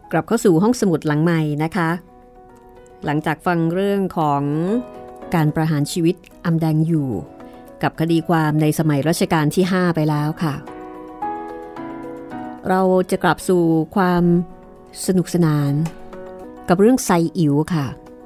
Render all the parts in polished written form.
กลับเข้าสู่ห้องสมุดหลังใหม่นะคะหลังจากฟังเรื่องของการประหารชีวิตอำแดงอยู่กับคดีความในสมัยรัชกาลที่5ไปแล้วค่ะเราจะกลับสู่ความสนุกสนานกับเรื่องไซอิ๋วค่ะ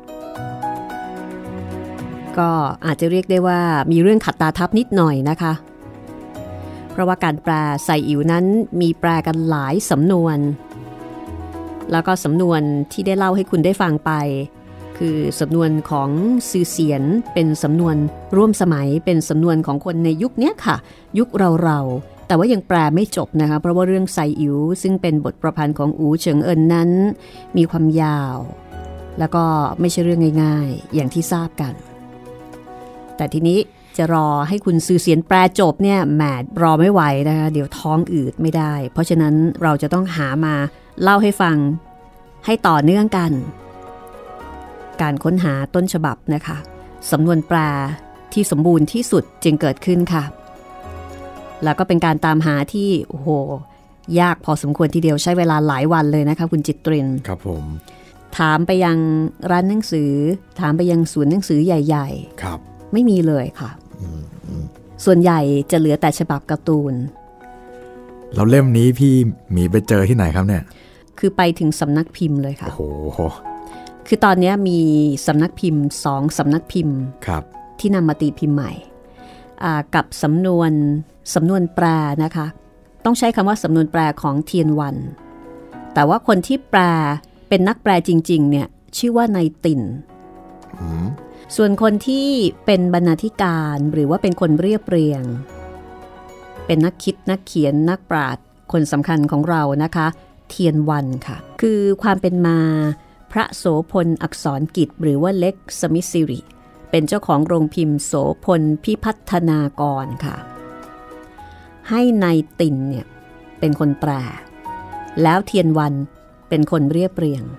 ก็อาจจะเรียกได้ว่ามีเรื่องขัดตาทับนิดหน่อยนะคะเพราะว่าการแปลไซอิ๋วนั้นมีแปลกันหลายสำนวนแล้วก็สำนวนที่ได้เล่าให้คุณได้ฟังไปคือสำนวนของซือเสียนเป็นสำนวนร่วมสมัยเป็นสำนวนของคนในยุคนี้ค่ะยุคเราแต่ว่ายังแปลไม่จบนะคะเพราะว่าเรื่องไซอิ๋วซึ่งเป็นบทประพันธ์ของอู๋เฉิงเอินนั้นมีความยาวแล้วก็ไม่ใช่เรื่องง่ายๆอย่างที่ทราบกันแต่ทีนี้จะรอให้คุณซือเสียนแปลจบเนี่ยแหมรอไม่ไหวนะคะเดี๋ยวท้องอืดไม่ได้เพราะฉะนั้นเราจะต้องหามาเล่าให้ฟังให้ต่อเนื่องกันการค้นหาต้นฉบับนะคะสำนวนแปลที่สมบูรณ์ที่สุดจึงเกิดขึ้นค่ะแล้วก็เป็นการตามหาที่โอ้โหยากพอสมควรทีเดียวใช้เวลาหลายวันเลยนะคะคุณจิตรินครับผมถามไปยังร้านหนังสือถามไปยังศูนย์หนังสือใหญ่ๆครับไม่มีเลยค่ะส่วนใหญ่จะเหลือแต่ฉบับการ์ตูนแล้วเล่มนี้พี่หมีไปเจอที่ไหนครับเนี่ยคือไปถึงสำนักพิมพ์เลยค่ะโอ้โหคือตอนนี้มีสำนักพิมพ์2สำนักพิมพ์ที่นำมาตีพิมพ์ใหม่กับสำนวนแปลนะคะต้องใช้คำว่าสำนวนแปลของเทียนวันแต่ว่าคนที่แปลเป็นนักแปลจริงๆเนี่ยชื่อว่านายติ่นส่วนคนที่เป็นบรรณาธิการหรือว่าเป็นคนเรียบเรียงเป็นนักคิดนักเขียนนักปราชญ์คนสำคัญของเรานะคะเทียนวันค่ะคือความเป็นมาพระโสพลอักษรกิจหรือว่าเล็กสมิทสิริเป็นเจ้าของโรงพิมพ์โสพลพิพัฒนากรค่ะให้นายติ่นเนี่ยเป็นคนแปลแล้วเทียนวันเป็นคนเรียบเรียง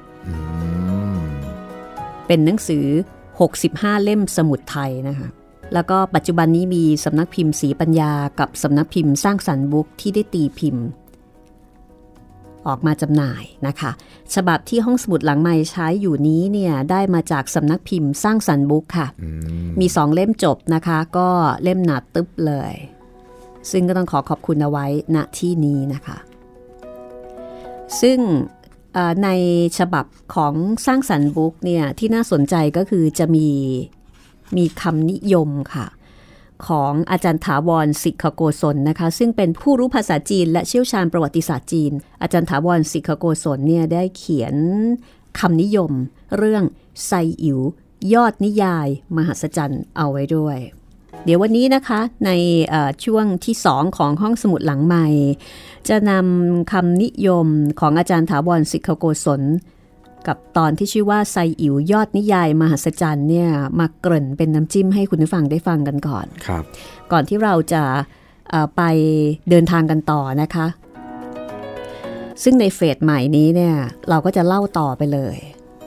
เป็นหนังสือ65เล่มสมุดไทยนะคะแล้วก็ปัจจุบันนี้มีสำนักพิมพ์ศรีปัญญากับสำนักพิมพ์สร้างสรรค์บุ๊กที่ได้ตีพิมพ์ออกมาจำหน่ายนะคะฉบับที่ห้องสมุดหลังไมค์ใช้อยู่นี้เนี่ยได้มาจากสำนักพิมพ์สร้างสรรค์บุ๊กค่ะมี2เล่มจบนะคะก็เล่มหนาตึ๊บเลยซึ่งก็ต้องขอบคุณเอาไว้ณที่นี้นะคะซึ่งในฉบับของสร้างสรรค์บุ๊กเนี่ยที่น่าสนใจก็คือจะมีคำนิยมค่ะของอาจารย์ถาวรสิกขโกศลนะคะซึ่งเป็นผู้รู้ภาษาจีนและเชี่ยวชาญประวัติศาสตร์จีนอาจารย์ถาวรสิกขโกศลเนี่ยได้เขียนคำนิยมเรื่องไซอิ๋วยอดนิยายมหัศจรรย์เอาไว้ด้วยเดี๋ยววันนี้นะคะในช่วงที่2ของห้องสมุดหลังใหม่จะนำคำนิยมของอาจารย์ถาวรสิกขโกศลกับตอนที่ชื่อว่าไซอิ๋วยอดนิยายมหัศจรรย์เนี่ยมาเกริ่นเป็นน้ำจิ้มให้คุณผู้ฟังได้ฟังกันก่อนครับก่อนที่เราจะไปเดินทางกันต่อนะคะซึ่งในเฟสใหม่นี้เนี่ยเราก็จะเล่าต่อไปเลย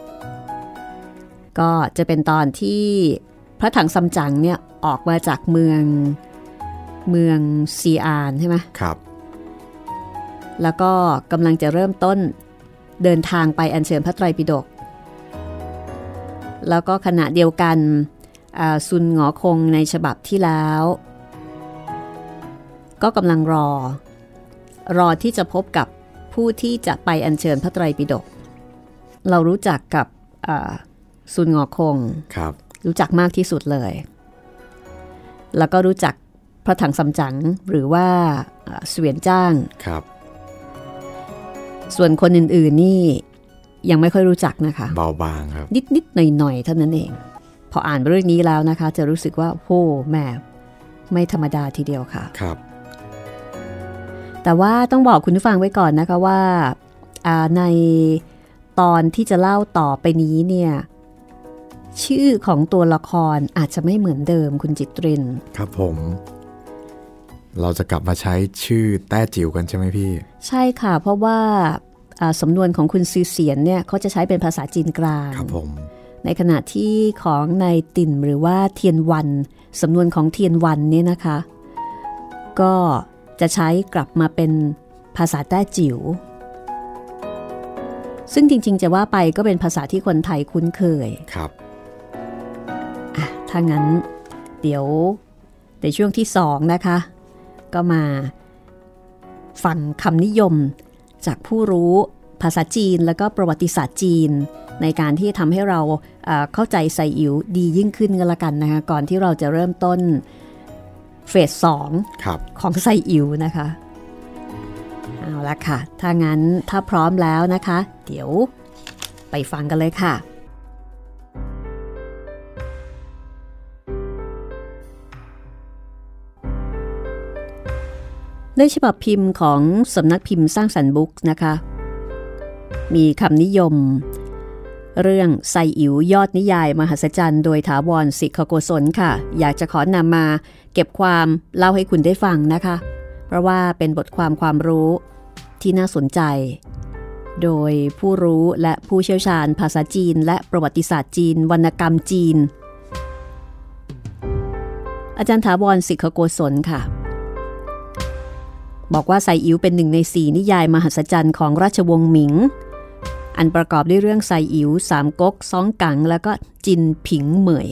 ก็จะเป็นตอนที่พระถังซัมจั๋งเนี่ยออกมาจากเมืองซีอานใช่ไหมครับแล้วก็กำลังจะเริ่มต้นเดินทางไปอัญเชิญพระไตรปิฎกแล้วก็ขณะเดียวกันซุนหงอคงในฉบับที่แล้วก็กำลังรอที่จะพบกับผู้ที่จะไปอัญเชิญพระไตรปิฎกเรารู้จักกับซุนหงอคงครับรู้จักมากที่สุดเลยแล้วก็รู้จักพระถังซัมจั๋งหรือว่าเสวียนจ้างครับส่วนคนอื่นๆนี่ยังไม่ค่อยรู้จักนะคะเบาบางครับนิดๆหน่อยๆเท่านั้นเองพออ่านเรื่องนี้แล้วนะคะจะรู้สึกว่าโอ้แม่ไม่ธรรมดาทีเดียวค่ะครับแต่ว่าต้องบอกคุณผู้ฟังไว้ก่อนนะคะว่าในตอนที่จะเล่าต่อไปนี้เนี่ยชื่อของตัวละครอาจจะไม่เหมือนเดิมคุณจิตรินครับผมเราจะกลับมาใช้ชื่อแต้จิ๋วกันใช่ไหมพี่ใช่ค่ะเพราะว่าสำนวนของคุณซือเสียนเนี่ยเขาจะใช้เป็นภาษาจีนกลางครับผมในขณะที่ของนายติ่นหรือว่าเทียนวันสำนวนของเทียนวันเนี่ยนะคะก็จะใช้กลับมาเป็นภาษาแต้จิ๋วซึ่งจริงๆจะว่าไปก็เป็นภาษาที่คนไทยคุ้นเคยครับถ้างั้นเดี๋ยวในช่วงที่2นะคะก็มาฟังคำนิยมจากผู้รู้ภาษาจีนแล้วก็ประวัติศาสตร์จีนในการที่ทำให้เราเข้าใจไซอิ๋วดียิ่งขึ้นกันละกันนะคะก่อนที่เราจะเริ่มต้นเฟส2ของไซอิ๋วนะคะเอาละค่ะถ้างั้นถ้าพร้อมแล้วนะคะเดี๋ยวไปฟังกันเลยค่ะในฉบับพิมพ์ของสำนักพิมพ์สร้างสรรค์บุ๊กนะคะมีคำนิยมเรื่องไซอิ๋วยอดนิยายมหัศจรรย์โดยถาวร ศิขโกศลค่ะอยากจะขอนำมาเก็บความเล่าให้คุณได้ฟังนะคะเพราะว่าเป็นบทความรู้ที่น่าสนใจโดยผู้รู้และผู้เชี่ยวชาญภาษาจีนและประวัติศาสตร์จีนวรรณกรรมจีนอาจารย์ถาวร ศิขโกศลค่ะบอกว่าไซอิ๋วเป็น1 ใน 4นิยายมหัศจรรย์ของราชวงศ์หมิงอันประกอบด้วยเรื่องไซอิ๋วสามก๊กซ้องกังแล้วก็จินผิงเหมย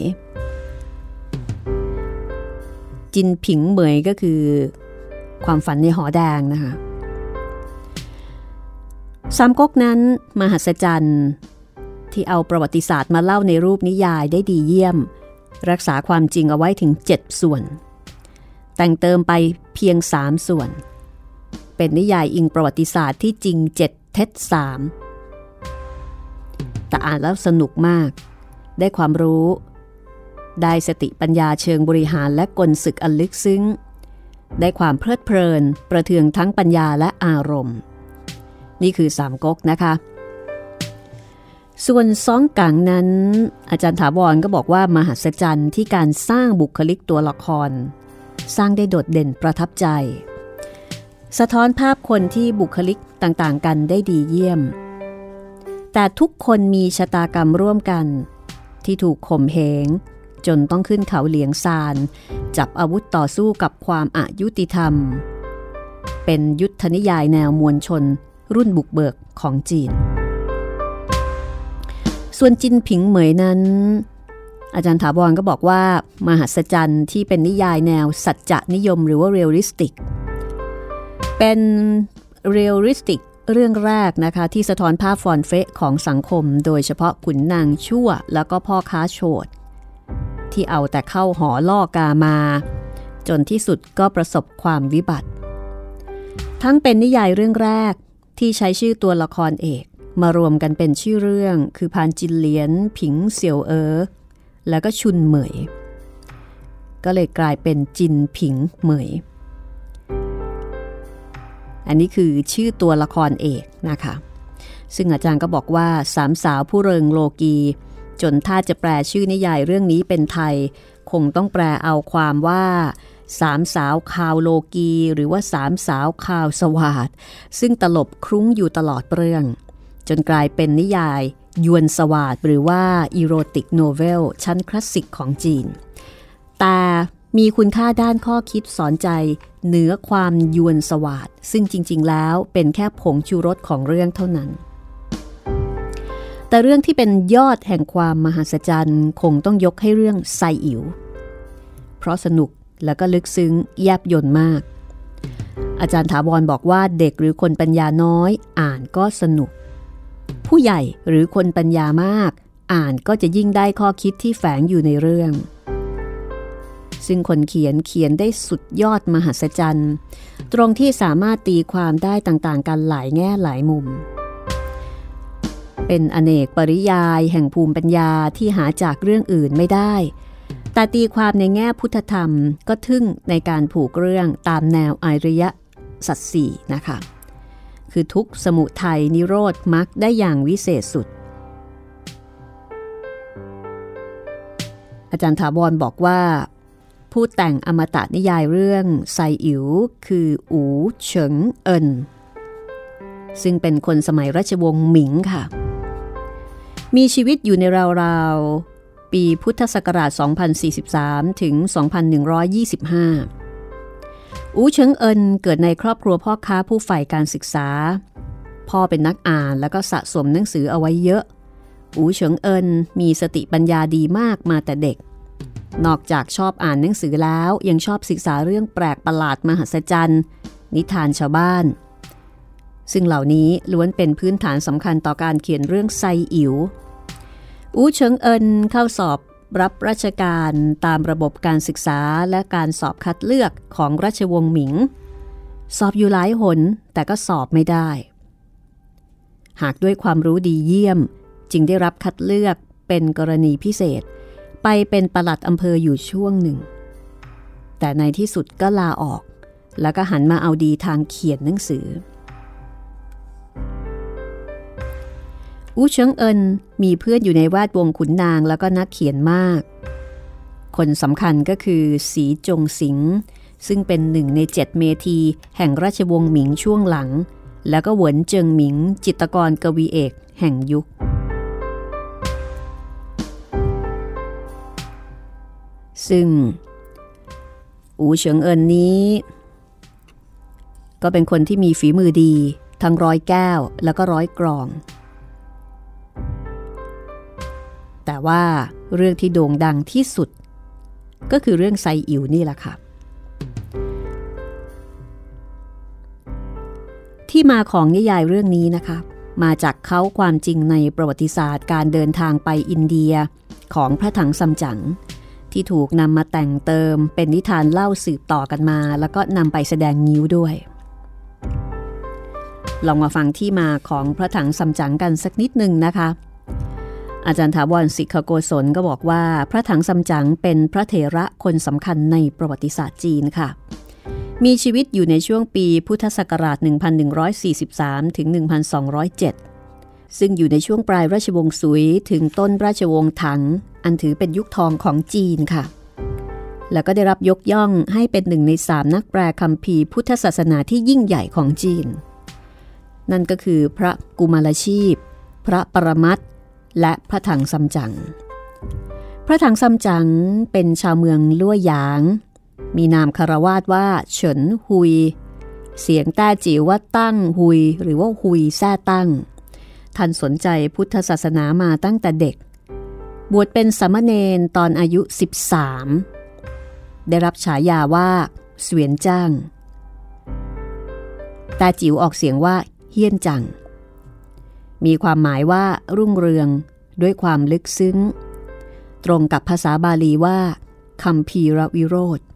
จินผิงเหมยก็คือความฝันในหอแดงนะคะสามก๊กนั้นมหัศจรรย์ที่เอาประวัติศาสตร์มาเล่าในรูปนิยายได้ดีเยี่ยมรักษาความจริงเอาไว้ถึง7ส่วนแต่งเติมไปเพียง3ส่วนเป็นนิยายอิงประวัติศาสตร์ที่จริง7เท็จ3แต่อ่านแล้วสนุกมากได้ความรู้ได้สติปัญญาเชิงบริหารและกลศึกอันลึกซึ้งได้ความเพลิดเพลินประเทืองทั้งปัญญาและอารมณ์นี่คือสามก๊กนะคะส่วนซ้องกังนั้นอาจารย์ถาวรก็บอกว่ามหัศจรรย์ที่การสร้างบุคลิกตัวละครสร้างได้โดดเด่นประทับใจสะท้อนภาพคนที่บุคลิกต่างๆกันได้ดีเยี่ยมแต่ทุกคนมีชะตากรรมร่วมกันที่ถูกข่มเหงจนต้องขึ้นเขาเหลียงซานจับอาวุธต่อสู้กับความอยุติธรรมเป็นยุทธนิยายแนวมวลชนรุ่นบุกเบิกของจีนส่วนจินผิงเหมยนั้นอาจารย์ถาวรก็บอกว่ามหัศจรรย์ที่เป็นนิยายแนวสัจจะนิยมหรือว่าเรียลลิสติกเป็นเรียลลิสติกเรื่องแรกนะคะที่สะท้อนภาพฟอนเฟะของสังคมโดยเฉพาะขุนนางชั่วแล้วก็พ่อค้าโฉดที่เอาแต่เข้าหอล่อกามาจนที่สุดก็ประสบความวิบัติทั้งเป็นนิยายเรื่องแรกที่ใช้ชื่อตัวละครเอกมารวมกันเป็นชื่อเรื่องคือพานจินเหลียนผิงเสี่ยวเอ๋อแล้วก็ชุนเหมยก็เลยกลายเป็นจินผิงเหมยอันนี้คือชื่อตัวละครเอกนะคะซึ่งอาจารย์ก็บอกว่าสามสาวผู้เริงโลกีจนถ้าจะแปลชื่อนิยายเรื่องนี้เป็นไทยคงต้องแปลเอาความว่าสามสาวคาวโลกีหรือว่าสามสาวคาวสวาทซึ่งตลบคลุ้งอยู่ตลอดเรื่องจนกลายเป็นนิยายยวนสวาทหรือว่าอีโรติกโนเวลชั้นคลาสสิกของจีนแต่มีคุณค่าด้านข้อคิดสอนใจเหนือความยวนสวาทซึ่งจริงๆแล้วเป็นแค่ผงชูรสของเรื่องเท่านั้นแต่เรื่องที่เป็นยอดแห่งความมหัศจรรย์คงต้องยกให้เรื่องไซอิ๋วเพราะสนุกและก็ลึกซึ้งแยบยลมากอาจารย์ถาวรบอกว่าเด็กหรือคนปัญญาน้อยอ่านก็สนุกผู้ใหญ่หรือคนปัญญามากอ่านก็จะยิ่งได้ข้อคิดที่แฝงอยู่ในเรื่องซึ่งคนเขียนได้สุดยอดมหัศจรรย์ตรงที่สามารถตีความได้ต่างๆกันหลายแง่หลายมุมเป็นอเนกปริยายแห่งภูมิปัญญาที่หาจากเรื่องอื่นไม่ได้แต่ตีความในแง่พุทธธรรมก็ทึ่งในการผูกเรื่องตามแนวอริยสัจสี่นะคะคือทุกข์สมุทัยนิโรธมรรคได้อย่างวิเศษสุดอาจารย์ถาวรบอกว่าผู้แต่งอมตะนิยายเรื่องไซอิ๋วคืออู๋เฉิงเอินซึ่งเป็นคนสมัยราชวงศ์หมิงค่ะมีชีวิตอยู่ในราวๆปีพุทธศักราช 2043 ถึง 2125 อู๋เฉิงเอินเกิดในครอบครัวพ่อค้าผู้ใฝ่การศึกษาพ่อเป็นนักอ่านแล้วก็สะสมหนังสือเอาไว้เยอะอู๋เฉิงเอินมีสติปัญญาดีมากมาแต่เด็กนอกจากชอบอ่านหนังสือแล้วยังชอบศึกษาเรื่องแปลกประหลาดมหัศจรรย์นิทานชาวบ้านซึ่งเหล่านี้ล้วนเป็นพื้นฐานสำคัญต่อการเขียนเรื่องไซอิ๋วอู๋เฉิงเอินเข้าสอบรับราชการตามระบบการศึกษาและการสอบคัดเลือกของราชวงศ์หมิงสอบอยู่หลายหนแต่ก็สอบไม่ได้หากด้วยความรู้ดีเยี่ยมจึงได้รับคัดเลือกเป็นกรณีพิเศษไปเป็นปลัดอำเภออยู่ช่วงหนึ่งแต่ในที่สุดก็ลาออกแล้วก็หันมาเอาดีทางเขียนหนังสืออู๋เฉิงเอินมีเพื่อนอยู่ในแวดวงขุนนางแล้วก็นักเขียนมากคนสำคัญก็คือสีจงสิงซึ่งเป็นหนึ่งใน7เมธีแห่งราชวงศ์หมิงช่วงหลังแล้วก็เหวินเจิงหมิงจิตรกรกวีเอกแห่งยุคซึ่งอู๋เฉิงเอินนี้ก็เป็นคนที่มีฝีมือดีทั้งร้อยแก้วแล้วก็ร้อยกรองแต่ว่าเรื่องที่โด่งดังที่สุดก็คือเรื่องไซอิ๋วนี่แหละค่ะที่มาของนิยายเรื่องนี้นะคะมาจากเขาความจริงในประวัติศาสตร์การเดินทางไปอินเดียของพระถังซัมจั๋งที่ถูกนำมาแต่งเติมเป็นนิทานเล่าสืบต่อกันมาแล้วก็นำไปแสดงงิ้วด้วยลองมาฟังที่มาของพระถังซัมจั๋งกันสักนิดนึงนะคะอาจารย์ถาวร ศิกขโกศลก็บอกว่าพระถังซัมจั๋งเป็นพระเถระคนสำคัญในประวัติศาสตร์จีนค่ะมีชีวิตอยู่ในช่วงปีพุทธศักราช 1143 ถึง 1207 ซึ่งอยู่ในช่วงปลายราชวงศ์ซุยถึงต้นราชวงศ์ถังอันถือเป็นยุคทองของจีนค่ะแล้วก็ได้รับยกย่องให้เป็นหนึ่งใน3นักแปลคัมภีร์พุทธศาสนาที่ยิ่งใหญ่ของจีนนั่นก็คือพระกุมารชีพพระปรมัตถ์และพระถังซัมจั๋งพระถังซัมจั๋งเป็นชาวเมืองลั่วหยางมีนามคารวาสว่าเฉินฮุยเสียงแต้จิ๋วว่าตั้งฮุยหรือว่าฮุยแซ่ตั้งท่านสนใจพุทธศาสนามาตั้งแต่เด็กบวชเป็นสามเณรตอนอายุ13ได้รับฉายาว่าเสวียนจ้างแต้จิ๋วออกเสียงว่าเฮี้ยนจังมีความหมายว่ารุ่งเรืองด้วยความลึกซึ้งตรงกับภาษาบาลีว่าคัมภีรวิโรธ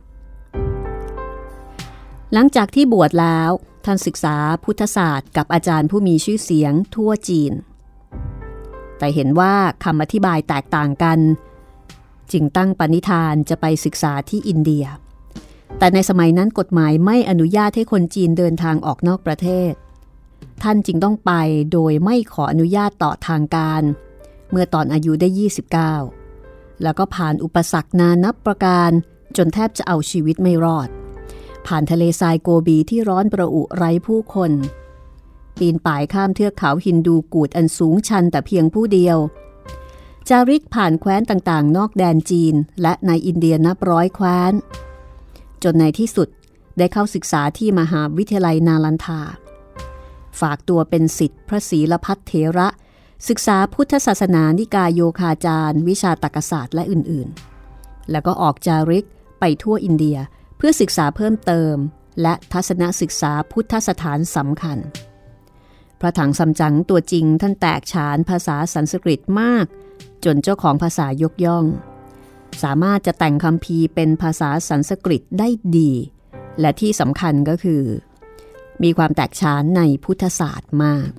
หลังจากที่บวชแล้วท่านศึกษาพุทธศาสตร์กับอาจารย์ผู้มีชื่อเสียงทั่วจีนแต่เห็นว่าคำอธิบายแตกต่างกันจึงตั้งปณิธานจะไปศึกษาที่อินเดียแต่ในสมัยนั้นกฎหมายไม่อนุญาตให้คนจีนเดินทางออกนอกประเทศท่านจึงต้องไปโดยไม่ขออนุญาตต่อทางการเมื่อตอนอายุได้29แล้วก็ผ่านอุปสรรคนานับประการจนแทบจะเอาชีวิตไม่รอดผ่านทะเลทรายโกบีที่ร้อนประอุไร้ผู้คนปีนป่ายข้ามเทือกเขาฮินดูกูดอันสูงชันแต่เพียงผู้เดียวจาริกผ่านแคว้นต่างๆนอกแดนจีนและในอินเดียนับร้อยแคว้นจนในที่สุดได้เข้าศึกษาที่มหาวิทยาลัยนาลันทาฝากตัวเป็นศิษย์พระศรีลพัฒเถระศึกษาพุทธศาสนานิกายโยคาจารวิชาตรรกศาสตร์และอื่นๆแล้วก็ออกจาริกไปทั่วอินเดียเพื่อศึกษาเพิ่มเติมและทัศนศึกษาพุทธสถานสำคัญพระถังซัมจั๋งตัวจริงท่านแตกฉานภาษาสันสกฤตมากจนเจ้าของภาษายกย่องสามารถจะแต่งคัมภีร์เป็นภาษาสันสกฤตได้ดีและที่สำคัญก็คือมีความแตกฉานในพุทธศาสตร์มาก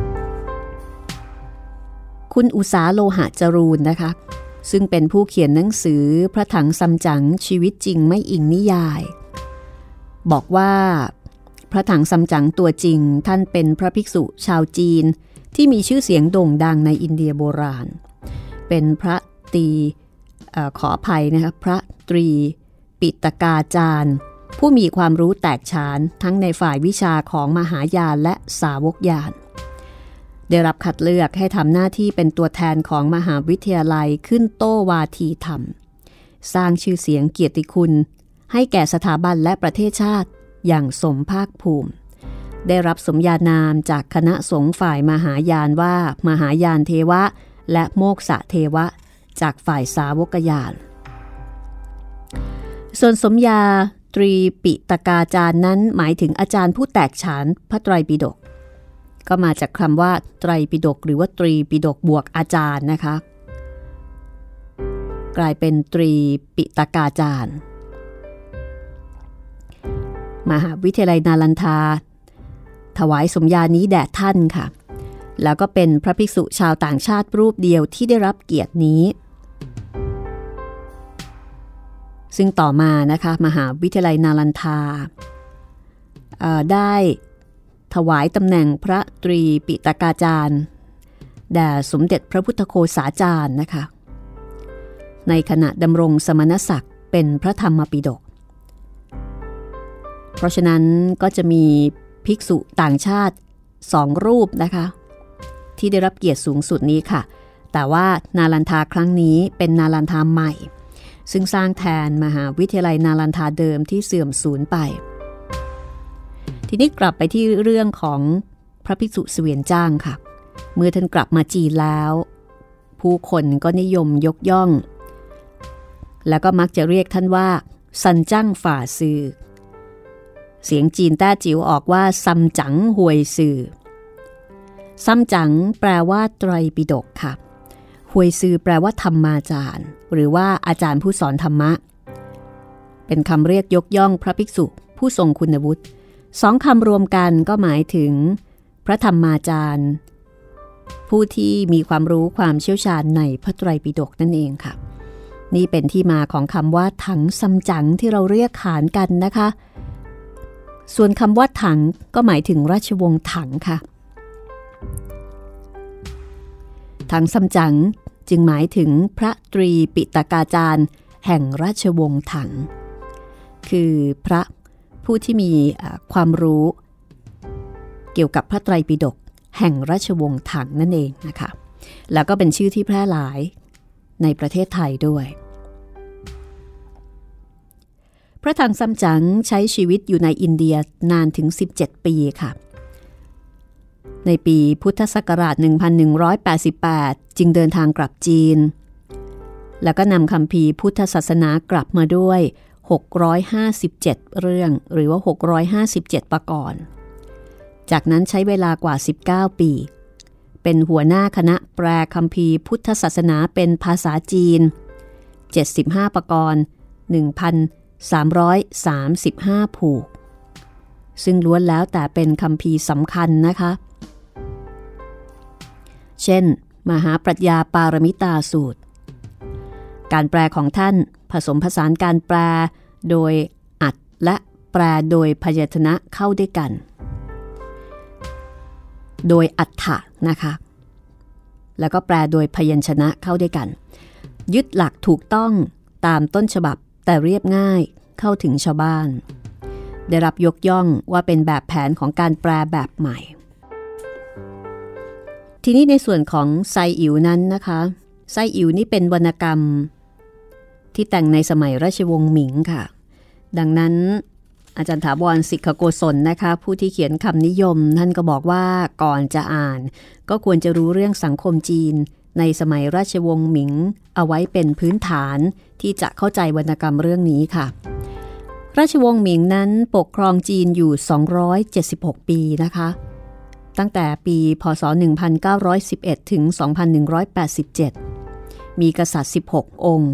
คุณอุษาโลหะจรูนนะคะซึ่งเป็นผู้เขียนหนังสือพระถังซัมจั๋งชีวิตจริงไม่อิงนิยายบอกว่าพระถังซัมจั๋งตัวจริงท่านเป็นพระภิกษุชาวจีนที่มีชื่อเสียงโด่งดังในอินเดียโบราณเป็นพระขออภัยนะคะพระตรีปิตกาจารย์ผู้มีความรู้แตกฉานทั้งในฝ่ายวิชาของมหายานและสาวกญาณได้รับคัดเลือกให้ทำหน้าที่เป็นตัวแทนของมหาวิทยาลัยขึ้นโต้วาทีธรรมสร้างชื่อเสียงเกียรติคุณให้แก่สถาบันและประเทศชาติอย่างสมภาคภูมิได้รับสมญานามจากคณะสงฆ์ฝ่ายมหายานว่ามหายานเทวะและโมกษะเทวะจากฝ่ายสาวกญาณส่วนสมญาตรีปิตกาจารย์นั้นหมายถึงอาจารย์ผู้แตกฉานพระไตรปิฎกก็มาจากคำว่าไตรปิฎกหรือว่าตรีปิฎกบวกอาจารย์นะคะกลายเป็นตรีปิตกาจารย์มหาวิทยาลัยนาลันทาถวายสมญานี้แด่ท่านค่ะแล้วก็เป็นพระภิกษุชาวต่างชาติรูปเดียวที่ได้รับเกียรตินี้ซึ่งต่อมานะคะมหาวิทยาลัยนาลันทาได้ถวายตำแหน่งพระตรีปิตกาจารย์แด่สมเด็จพระพุทธโฆษาจารย์นะคะในขณะดำรงสมณศักดิ์เป็นพระธรรมปิฎกเพราะฉะนั้นก็จะมีภิกษุต่างชาติ2รูปนะคะที่ได้รับเกียรติสูงสุดนี้ค่ะแต่ว่านาลันทาครั้งนี้เป็นนาลันทาใหม่ซึ่งสร้างแทนมหาวิทยาลัยนาลันทาเดิมที่เสื่อมสูญไปทีนี้กลับไปที่เรื่องของพระภิกษุเสวียนจ้างค่ะเมื่อท่านกลับมาจีนแล้วผู้คนก็นิยมยกย่องแล้วก็มักจะเรียกท่านว่าซันจ้างฝ่าซือเสียงจีนแต้จิ๋วออกว่าซัมจั๋งหวยซือซัมจั๋งแปลว่าไตรปิฎกค่ะหวยซือแปลว่าธรรมาจารย์หรือว่าอาจารย์ผู้สอนธรรมะเป็นคำเรียกยกย่องพระภิกษุผู้ทรงคุณวุฒิ2คำรวมกันก็หมายถึงพระธรรมาจารย์ผู้ที่มีความรู้ความเชี่ยวชาญในพระไตรปิฎกนั่นเองค่ะนี่เป็นที่มาของคำว่าถังซัมจั๋งที่เราเรียกขานกันนะคะส่วนคำว่าถังก็หมายถึงราชวงศ์ถังค่ะถังซัมจั๋งจึงหมายถึงพระตรีปิตกาจารย์แห่งราชวงศ์ถังคือพระผู้ที่มีความรู้เกี่ยวกับพระไตรปิฎกแห่งราชวงศ์ถังนั่นเองนะคะแล้วก็เป็นชื่อที่แพร่หลายในประเทศไทยด้วยพระถังซัมจั๋งใช้ชีวิตอยู่ในอินเดียนานถึง17 ปีค่ะในปีพุทธศักราช 1188 จึงเดินทางกลับจีนแล้วก็นำคัมภีร์พุทธศาสนากลับมาด้วย657เรื่องหรือว่า657ประกรณ์จากนั้นใช้เวลากว่า19 ปีเป็นหัวหน้าคณะแปลคัมภีร์พุทธศาสนาเป็นภาษาจีน75ประกรณ์ 1,335 ผูกซึ่งล้วนแล้วแต่เป็นคัมภีร์สำคัญนะคะเช่นมหาปรัชญาปารมิตาสูตรการแปลของท่านผสมผสานการแปลโดยอัดและแปลโดยพยัญชนะเข้าด้วยกันโดยอัฏฐะนะคะแล้วก็แปลโดยพยัญชนะเข้าด้วยกันยึดหลักถูกต้องตามต้นฉบับแต่เรียบง่ายเข้าถึงชาวบ้านได้รับยกย่องว่าเป็นแบบแผนของการแปลแบบใหม่ทีนี้ในส่วนของไซอิ๋วนั้นนะคะไซอิ๋วนี่เป็นวรรณกรรมที่แต่งในสมัยราชวงศ์หมิงค่ะดังนั้นอาจารย์ถาวร สิกขโกศลนะคะผู้ที่เขียนคำนิยมท่านก็บอกว่าก่อนจะอ่านก็ควรจะรู้เรื่องสังคมจีนในสมัยราชวงศ์หมิงเอาไว้เป็นพื้นฐานที่จะเข้าใจวรรณกรรมเรื่องนี้ค่ะราชวงศ์หมิงนั้นปกครองจีนอยู่276 ปีนะคะตั้งแต่ปีพ.ศ. 1911 ถึง 2187 มีกษัตริย์16 องค์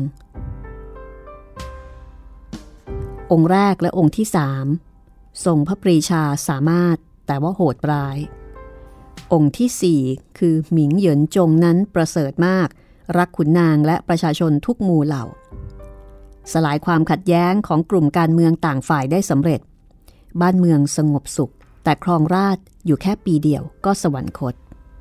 องค์แรกและองค์ที่3ทรงพระปรีชาสามารถแต่ว่าโหดร้ายองค์ที่4คือหมิงเหยินจงนั้นประเสริฐมากรักขุนนางและประชาชนทุกหมู่เหล่าสลายความขัดแย้งของกลุ่มการเมืองต่างฝ่ายได้สำเร็จบ้านเมืองสงบสุขแต่ครองราชย์อยู่แค่ปีเดียวก็สวรรคต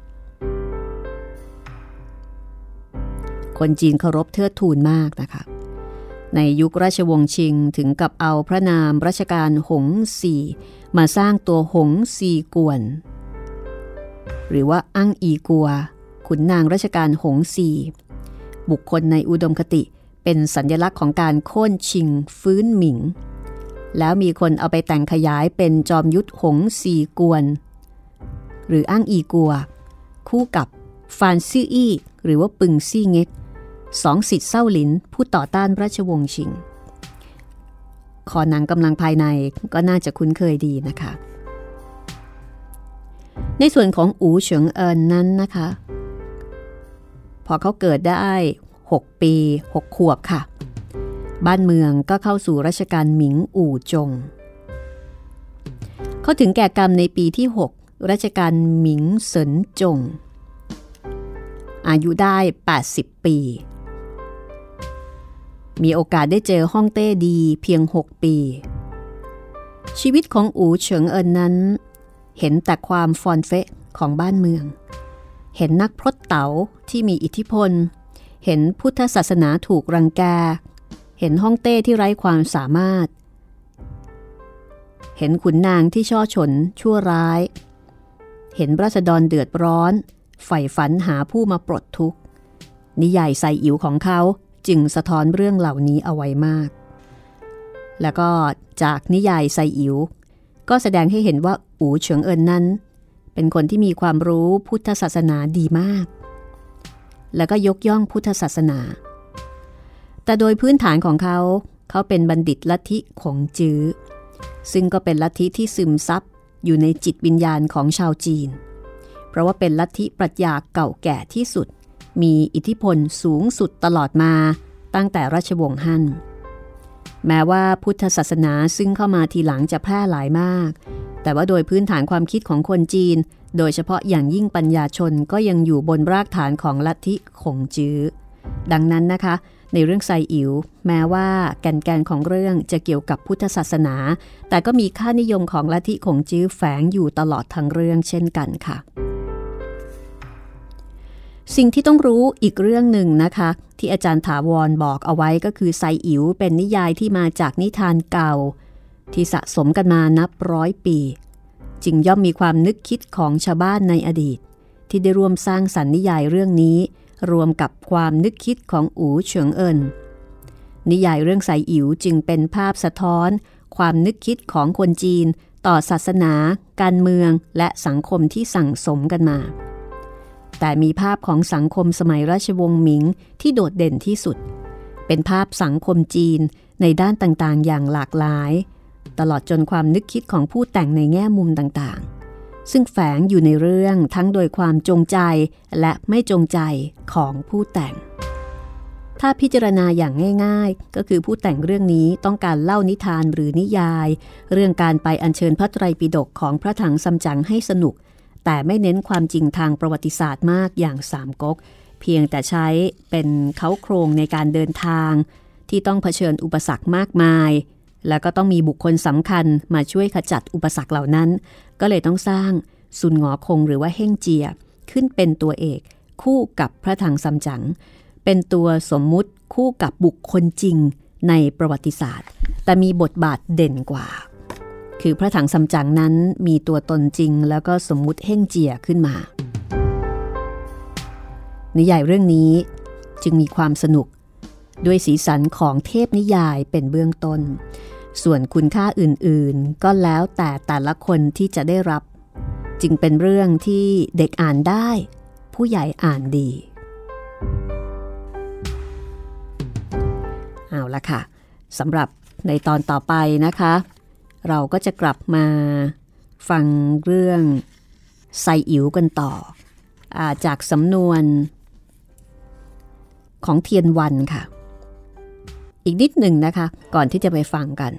คนจีนเคารพเทิดทูนมากนะคะในยุคราชวงศ์ชิงถึงกับเอาพระนามรัชกาลหงสีมาสร้างตัวหงซีกวนหรือว่าอั่งอีกัวขุนนางรัชกาลหงซีบุคคลในอุดมคติเป็นสัญลักษณ์ของการโค่นชิงฟื้นหมิงแล้วมีคนเอาไปแต่งขยายเป็นจอมยุทธหงสีกวนหรืออ้างอีกัวคู่กับฟานซื่ออี้หรือว่าปึงซี่เง็กสองศิษย์เซ้าหลินผู้ต่อต้านราชวงศ์ชิงคอหนังกำลังภายในก็น่าจะคุ้นเคยดีนะคะในส่วนของอู๋เฉิงเอินนั้นนะคะพอเขาเกิดได้6 ปี6 ขวบค่ะบ้านเมืองก็เข้าสู่รัชกาลหมิงอู่จงเขาถึงแก่กรรมในปีที่6รัชกาลหมิงเสินจงอายุได้80 ปีมีโอกาสได้เจอฮ่องเต้ดีเพียง6 ปีชีวิตของอู๋เฉิงเอินนั้นเห็นแต่ความฟอนเฟะของบ้านเมืองเห็นนักพรตเต๋าที่มีอิทธิพลเห็นพุทธศาสนาถูกรังแกเห็นฮ่องเต้ที่ไร้ความสามารถเห็นขุนนางที่ช่อฉนชั่วร้ายเห็นราษฎรเดือดร้อนใฝ่ฝันหาผู้มาปลดทุกข์นิยายไซอิ๋วของเขาจึงสะท้อนเรื่องเหล่านี้เอาไว้มากแล้วก็จากนิยายไซอิ๋วก็แสดงให้เห็นว่าอู๋เฉิงเอินนั้นเป็นคนที่มีความรู้พุทธศาสนาดีมากแล้วก็ยกย่องพุทธศาสนาแต่โดยพื้นฐานของเขาเป็นบัณฑิตลัทธิขงจื้อซึ่งก็เป็นลัทธิที่ซึมซับอยู่ในจิตวิญญาณของชาวจีนเพราะว่าเป็นลัทธิปรัชญาเก่าแก่ที่สุดมีอิทธิพลสูงสุดตลอดมาตั้งแต่ราชวงศ์ฮั่นแม้ว่าพุทธศาสนาซึ่งเข้ามาทีหลังจะแพร่หลายมากแต่ว่าโดยพื้นฐานความคิดของคนจีนโดยเฉพาะอย่างยิ่งปัญญาชนก็ยังอยู่บนรากฐานของลัทธิขงจื้อดังนั้นนะคะในเรื่องไซอิ๋วแม้ว่าแก่นของเรื่องจะเกี่ยวกับพุทธศาสนาแต่ก็มีค่านิยมของลัทธิขงจื้อแฝงอยู่ตลอดทั้งเรื่องเช่นกันค่ะสิ่งที่ต้องรู้อีกเรื่องหนึ่งนะคะที่อาจารย์ถาวรบอกเอาไว้ก็คือไซอิ๋วเป็นนิยายที่มาจากนิทานเก่าที่สะสมกันมานับ100 ปีจึงย่อมมีความนึกคิดของชาวบ้านในอดีตที่ได้ร่วมสร้างสรรค์นิยายเรื่องนี้รวมกับความนึกคิดของอู๋เฉิงเอินนิยายเรื่องไซอิ๋วจึงเป็นภาพสะท้อนความนึกคิดของคนจีนต่อศาสนาการเมืองและสังคมที่สั่งสมกันมาแต่มีภาพของสังคมสมัยราชวงศ์หมิงที่โดดเด่นที่สุดเป็นภาพสังคมจีนในด้านต่างๆอย่างหลากหลายตลอดจนความนึกคิดของผู้แต่งในแง่มุมต่างๆซึ่งแฝงอยู่ในเรื่องทั้งโดยความจงใจและไม่จงใจของผู้แต่งถ้าพิจารณาอย่างง่ายๆก็คือผู้แต่งเรื่องนี้ต้องการเล่านิทานหรือนิยายเรื่องการไปอัญเชิญพระไตรปิฎกของพระถังซัมจั๋งให้สนุกแต่ไม่เน้นความจริงทางประวัติศาสตร์มากอย่างสามก๊กเพียงแต่ใช้เป็นเค้าโครงในการเดินทางที่ต้องเผชิญอุปสรรคมากมายแล้วก็ต้องมีบุคคลสำคัญมาช่วยขจัดอุปสรรคเหล่านั้นก็เลยต้องสร้างซุนหงอคงหรือว่าเฮ่งเจียขึ้นเป็นตัวเอกคู่กับพระถังซัมจั๋งเป็นตัวสมมุติคู่กับบุคคลจริงในประวัติศาสตร์แต่มีบทบาทเด่นกว่าคือพระถังซัมจั๋งนั้นมีตัวตนจริงแล้วก็สมมุติเฮ่งเจียขึ้นมานิยายเรื่องนี้จึงมีความสนุกด้วยสีสันของเทพนิยายเป็นเบื้องต้นส่วนคุณค่าอื่นๆก็แล้วแต่ละคนที่จะได้รับจึงเป็นเรื่องที่เด็กอ่านได้ผู้ใหญ่อ่านดีเอาละค่ะสำหรับในตอนต่อไปนะคะเราก็จะกลับมาฟังเรื่องไซอิ๋วกันต่อจากสำนวนของเทียนวันค่ะอีกนิดหนึ่งนะคะก่อนที่จะไปฟังกัน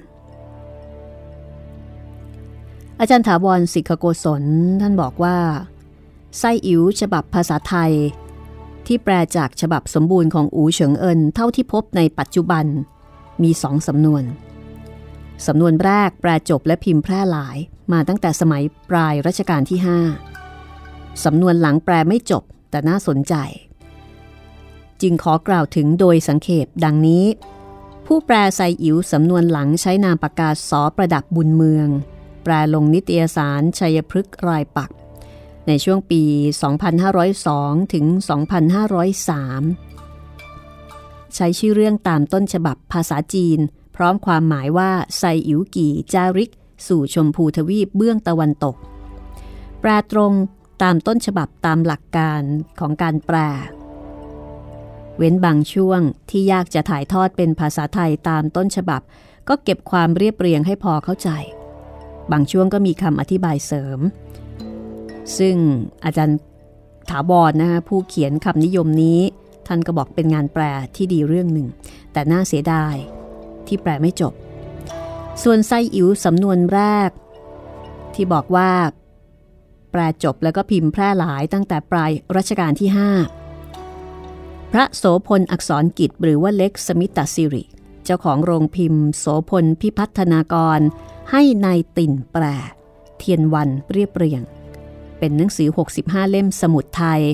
อาจารย์ถาวรศิกขโกศลท่านบอกว่าไซอิ๋วฉบับภาษาไทยที่แปลจากฉบับสมบูรณ์ของอู๋เฉิงเอินเท่าที่พบในปัจจุบันมี2 สำนวนสำนวนแรกแปลจบและพิมพ์แพร่หลายมาตั้งแต่สมัยปลายรัชกาลที่5สำนวนหลังแปลไม่จบแต่น่าสนใจจึงขอกล่าวถึงโดยสังเขปดังนี้ผู้แปลไซอิ๋วสำนวนหลังใช้นามปากกาสอประดับบุญเมืองแปลลงนิตยสารชัยพฤกษ์รายปักษ์ในช่วงปี 2502 ถึง 2503 ใช้ชื่อเรื่องตามต้นฉบับภาษาจีนพร้อมความหมายว่าไซอิ๋วกี่จาริกสู่ชมพูทวีปเบื้องตะวันตกแปลตรงตามต้นฉบับตามหลักการของการแปลเว้นบางช่วงที่ยากจะถ่ายทอดเป็นภาษาไทยตามต้นฉบับก็เก็บความเรียบเรียงให้พอเข้าใจบางช่วงก็มีคำอธิบายเสริมซึ่งอาจารย์ถาวรนะคะผู้เขียนคำนิยมนี้ท่านก็บอกเป็นงานแปลที่ดีเรื่องหนึ่งแต่น่าเสียดายที่แปลไม่จบส่วนไซอิ๋วสำนวนแรกที่บอกว่าแปลจบแล้วก็พิมพ์แพร่หลายตั้งแต่ปลายรัชกาลที่5พระโสพลอักษรกิจหรือว่าเล็กสมิตสิริเจ้าของโรงพิมพ์โสพลพิพัฒนากรให้นายติ่นแปลเทียนวันเรียบเรียงเป็นหนังสือ65เล่มสมุดไทย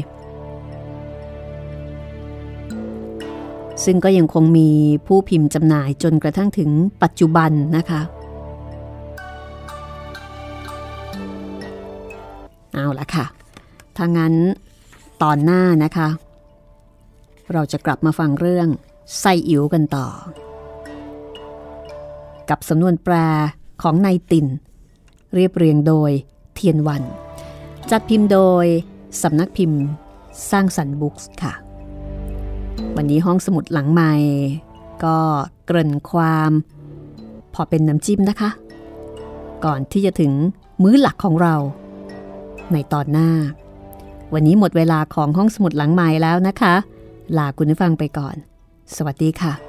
ซึ่งก็ยังคงมีผู้พิมพ์จำหน่ายจนกระทั่งถึงปัจจุบันนะคะเอาละค่ะถ้างั้นตอนหน้านะคะเราจะกลับมาฟังเรื่องไซอิ๋วกันต่อกับสำนวนแปลของนายติ่นเรียบเรียงโดยเทียนวันจัดพิมพ์โดยสำนักพิมพ์สร้างสรรค์บุ๊กส์ค่ะวันนี้ห้องสมุดหลังใหม่ก็เกริ่นความพอเป็นน้ำจิ้มนะคะก่อนที่จะถึงมื้อหลักของเราในตอนหน้าวันนี้หมดเวลาของห้องสมุดหลังใหม่แล้วนะคะลาคุณผู้ฟังไปก่อนสวัสดีค่ะ